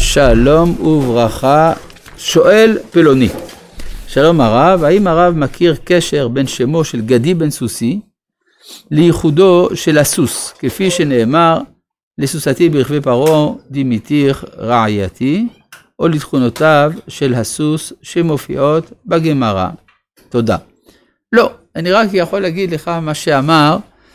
שלום וברכה. שואל פלוני, שלום הרב, האם הרב מכיר קשר בין שמו של גדי בן סוסי לייחודו של הסוס, כפי שנאמר לסוסתי ברכבי פרעה דימיתיך רעייתי, או לתכונותיו של הסוס שמופיעות בגמרא? תודה. לא, אני רק יכול להגיד לך מה שאמר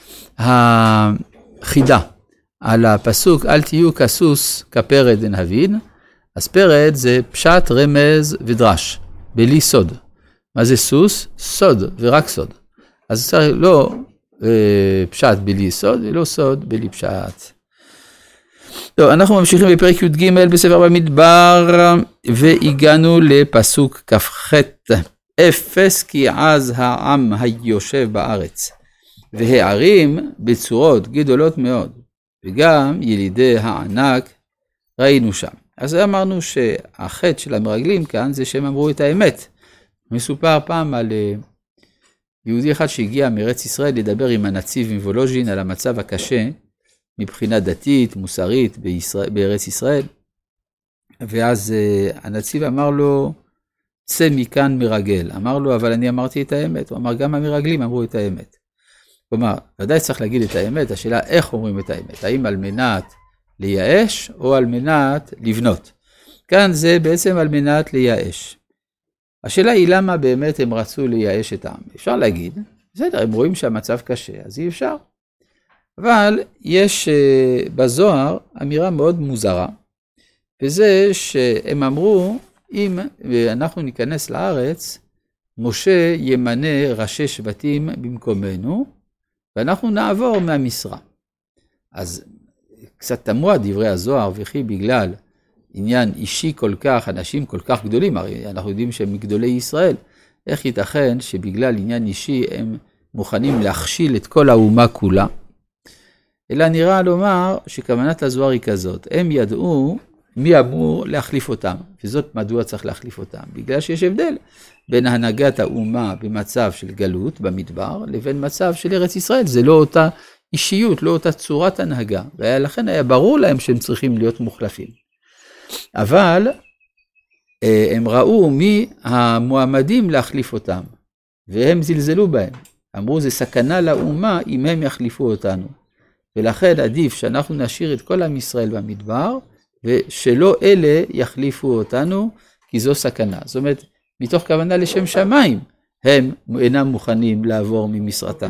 החידה על הפסוק אל תהיו כסוס כפרד דנהבין. אז פרד זה פשט, רמז ודרש, בלי סוד. מה זה סוס? סוד ורק סוד. אז צריך לא פשט בלי סוד, ולא סוד בלי פשט. טוב, אנחנו ממשיכים בפרק י"ג בספר במדבר, והגענו לפסוק כ"ח. אפס כי עז העם היושב בארץ, והערים בצורות גדולות מאוד, וגם ילידי הענק ראינו שם. אז אמרנו שהחטא של המרגלים כאן זה שהם אמרו את האמת. מסופר פעם על יהודי אחד שהגיע מארץ ישראל לדבר עם הנציב מוולוז'ין על המצב הקשה מבחינה דתית, מוסרית בארץ ישראל. ואז הנציב אמר לו, צא מכאן מרגל. אמר לו, אבל אני אמרתי את האמת. הוא אמר, גם המרגלים אמרו את האמת. כלומר, ודאי צריך להגיד את האמת. השאלה איך אומרים את האמת. האם על מנת לייאש או על מנת לבנות. כאן זה בעצם על מנת לייאש. השאלה היא למה באמת הם רצו לייאש את העם. אפשר להגיד, בסדר, הם רואים שהמצב קשה, אז אי אפשר. אבל יש בזוהר אמירה מאוד מוזרה, וזה שהם אמרו, אם אנחנו ניכנס לארץ, משה ימנה ראשי שבטים במקומנו, ואנחנו נעבור מהמשרה. אז קצת תמוה דברי הזוהר, וכי בגלל עניין אישי כל כך, אנשים כל כך גדולים, הרי אנחנו יודעים שהם מגדולי ישראל, איך ייתכן שבגלל עניין אישי הם מוכנים להכשיל את כל האומה כולה? אלא נראה לומר שכוונת הזוהר היא כזאת, הם ידעו מי אמור להחליף אותם, וזאת מדוע צריך להחליף אותם, בגלל שיש הבדל בין הנהגת האומה במצב של גלות במדבר, לבין מצב של ארץ ישראל, זה לא אותה אישיות, לא אותה צורת הנהגה, ולכן היה ברור להם שהם צריכים להיות מוחלפים. אבל הם ראו מי המועמדים להחליף אותם, והם זלזלו בהם. אמרו, זה סכנה לאומה אם הם יחליפו אותנו. ולכן עדיף שאנחנו נשאיר את כל עם ישראל במדבר, ושלא אלה יחליפו אותנו, כי זו סכנה. זאת אומרת, מתוך כוונה לשם שמיים, הם אינם מוכנים לעבור ממשרתם.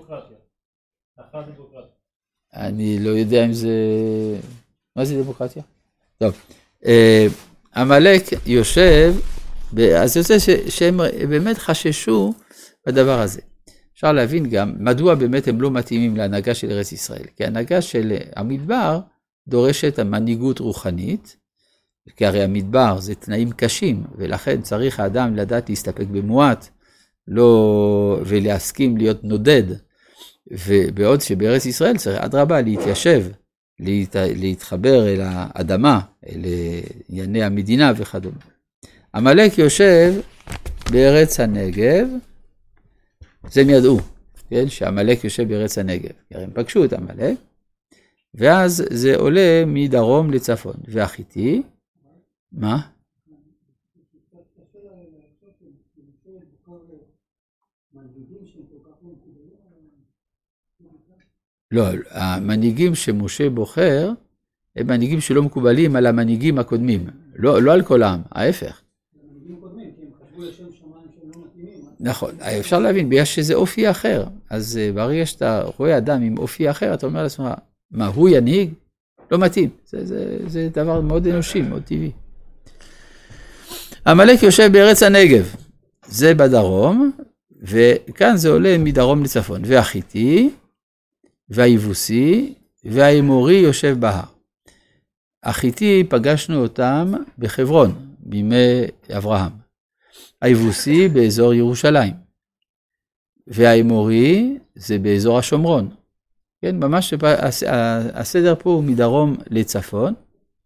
אני לא יודע אם זה... מה זה דמוקרטיה? טוב. עמלק יושב, אז יוצא שהם באמת חששו בדבר הזה. אפשר להבין גם מדוע באמת הם לא מתאימים להנהגה של ארץ ישראל. כי ההנהגה של המדבר דורשת המנהיגות רוחנית, כי הרי המדבר זה תנאים קשים, ולכן צריך האדם לדעת להסתפק במועט, לא, ולהסכים להיות נודד, ובעוד שבארץ ישראל צריך אדרבה להתיישב, להתחבר אל האדמה, אל ענייני המדינה וכדומה. עמלק יושב בארץ הנגב, זה הם ידעו, כן? שעמלק יושב בארץ הנגב, כי הם פגשו את עמלק, ואז זה עולה מדרום לצפון. והחיתי, מה? לא, המנהיגים שמשה בוחר, הם מנהיגים שלא מקובלים על המנהיגים הקודמים. לא על כל העם, ההפך. המנהיגים קודמים, כי הם חשבו לשם שמיים שהם לא מתאימים. נכון, אפשר להבין, בגלל שזה אופי אחר. אז ברגע שאתה רואה אדם עם אופי אחר, אתה אומר לעצמך, מה, הוא ינהיג? לא מתאים. זה דבר מאוד אנושי, מאוד טבעי. עמלק יושב בארץ הנגב. זה בדרום, וכאן זה עולה מדרום לצפון. והחיתי, והיבוסי, והאמורי יושב בהר. החיתי פגשנו אותם בחברון, בימי אברהם. היבוסי באזור ירושלים. והאמורי זה באזור השומרון. כן, ממש הסדר פה הוא מדרום לצפון,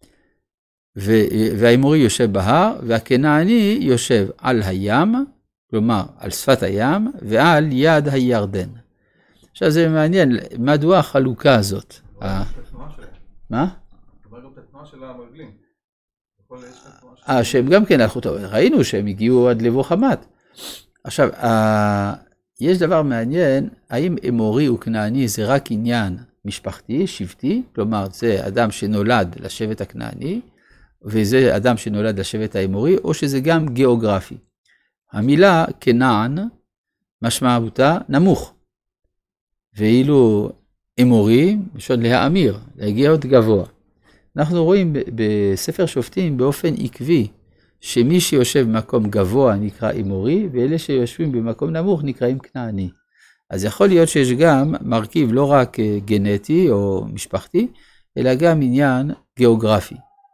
והאמורי יושב בהר, והכנעני יושב על הים, כלומר על שפת הים, ועל יד הירדן. עכשיו זה מעניין, מדוע החלוקה הזאת? מה? אבל גם את התנועה של המרגלים. שהם גם כן הלכו טוב, ראינו שהם הגיעו עד לבוא חמת. עכשיו, יש דבר מעניין, האם אמורי וכנעני זה רק עניין משפחתי, שבטי, כלומר זה אדם שנולד לשבט הכנעני, וזה אדם שנולד לשבט האמורי, או שזה גם גיאוגרפי. המילה כנען משמעותה נמוך, ואילו אמורי, בשביל להאמיר, להגיע עוד גבוה. אנחנו רואים בספר שופטים באופן עקבי, שמי שיושב במקום גבוה נקרא אמורי, ואלה שיושבים במקום נמוך נקראים כנעני. אז יכול להיות שיש גם מרכיב לא רק גנטי או משפחתי, אלא גם עניין גיאוגרפי.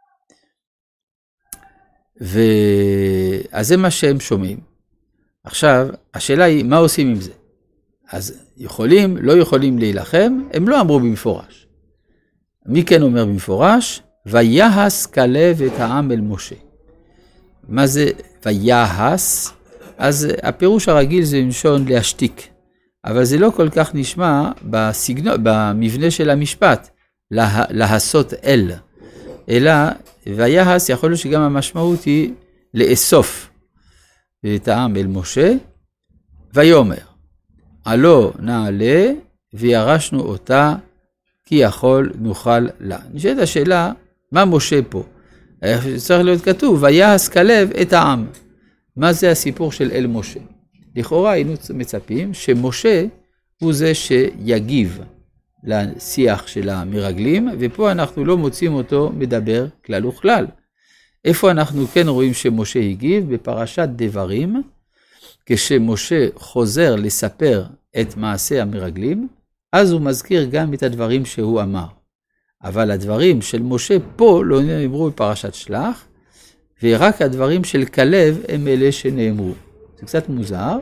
אז זה מה שהם שומעים. עכשיו, השאלה היא, מה עושים עם זה? אז יכולים, לא יכולים להילחם, הם לא אמרו במפורש. מי כן אומר במפורש? ויהס כלב את העם אל משה. מה זה ויהס? אז הפירוש הרגיל זה מלשון להשתיק. אבל זה לא כל כך נשמע במבנה של המשפט, להסות אל. אלא ויהס יכול להיות שגם המשמעות היא לאסוף את העם אל משה, ויאמר, עלו נעלה וירשנו אותה, כי יכול נוכל לה. נשאלת השאלה, מה משה פה? צריך להיות כתוב, ויהס כלב את העם. מה זה הסיפור של אל משה? לכאורה היינו מצפים שמשה הוא זה שיגיב לשיח של המרגלים, ופה אנחנו לא מוצאים אותו מדבר כלל וכלל. איפה אנחנו כן רואים שמשה הגיב? בפרשת דברים, כשמשה חוזר לספר את מעשה המרגלים, אז הוא מזכיר גם את הדברים שהוא אמר. אבל הדברים של משה פה לא נאמרו בפרשת שלח, ורק הדברים של כלב הם אלה שנאמרו. זה קצת מוזר,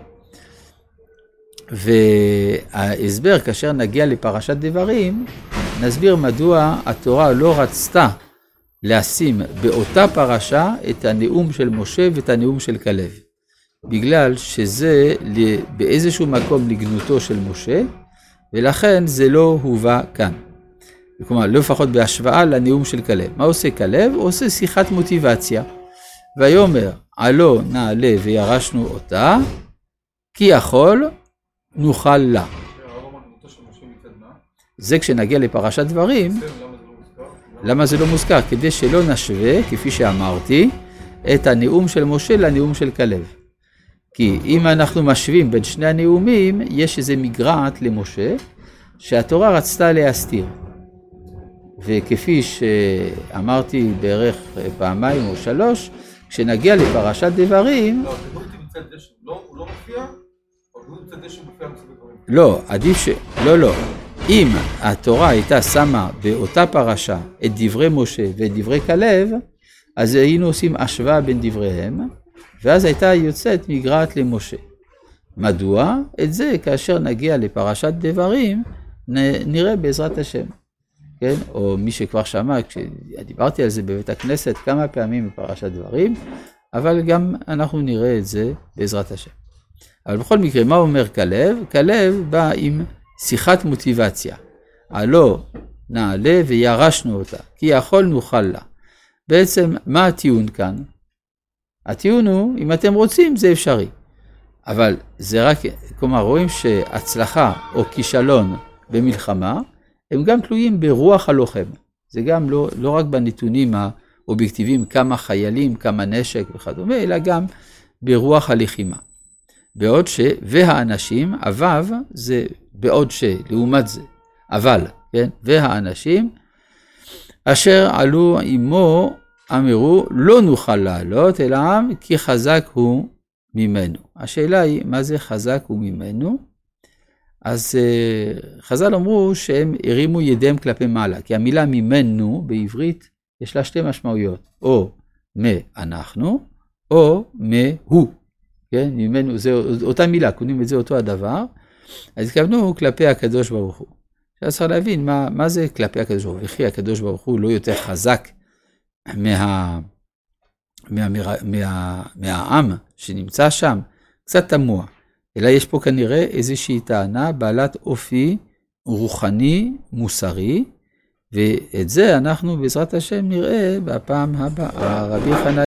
וההסבר כאשר נגיע לפרשת דברים, נסביר מדוע התורה לא רצתה לשים באותה פרשה את הנאום של משה ואת הנאום של כלב. בגלל שזה באיזשהו מקום לגנותו של משה, ולכן זה לא הובא כאן. כלומר, לא לפחות בהשוואה לנאום של כלב. מה עושה כלב? הוא עושה שיחת מוטיבציה. ויאמר, עלו נעלה וירשנו אותה, כי יכול נוכל לה. זה כשנגיע לפרשת דברים. למה זה לא מוזכר? כדי שלא נשווה, כפי שאמרתי, את הנאום של משה לנאום של כלב. כי אם אנחנו משווים בין שני הנאומים, יש איזה מגרעת למשה, שהתורה רצתה להסתיר. וכפי שאמרתי בערך פעמיים או שלוש, כשנגיע לפרשת דברים... הוא לא מופיע, אבל הוא נמצא דשא מופיע בספר דברים. לא, עדיף ש... לא. אם התורה הייתה שמה באותה פרשה את דברי משה ואת דברי כלב, אז היינו עושים השוואה בין דבריהם, ואז הייתה יוצאת מגרעת למשה. מדוע? את זה כאשר נגיע לפרשת דברים, נראה בעזרת השם. כן? או מי שכבר שמע, כשדיברתי על זה בבית הכנסת כמה פעמים בפרשת דברים, אבל גם אנחנו נראה את זה בעזרת השם. אבל בכל מקרה, מה אומר כלב? כלב בא עם שיחת מוטיבציה. עלו נעלה וירשנו אותה, כי יכול נוכל לה. בעצם, מה הטיעון כאן? הטיעון הוא, אם אתם רוצים, זה אפשרי. אבל זה רק, כלומר, רואים שהצלחה או כישלון במלחמה, הם גם תלויים ברוח הלוחם. זה גם לא רק בנתונים האובייקטיביים, כמה חיילים, כמה נשק וכדומה, אלא גם ברוח הלחימה. בעוד והאנשים, אבב, זה בעוד לעומת זה, אבל, כן? והאנשים, אשר עלו עמו, אמרו, לא נוכל לעלות אל העם, כי חזק הוא ממנו. השאלה היא, מה זה חזק הוא ממנו? אז חז"ל אמרו שהם הרימו ידיהם כלפי מעלה, כי המילה ממנו בעברית יש לה שתי משמעויות, או מאנחנו, או מהוא. כן? ממנו, זה אותה מילה, קונים את זה אותו הדבר, אז התכוונו כלפי הקדוש ברוך הוא. אז צריך להבין מה זה כלפי הקדוש ברוך הוא, וכי הקדוש ברוך הוא לא יותר חזק מהעם שנמצא שם, קצת תמוה. אלא יש פה כנראה איזושהי טענה בעלת אופי רוחני, מוסרי, ואת זה אנחנו בעזרת השם נראה בפעם הבאה. רבי חנניה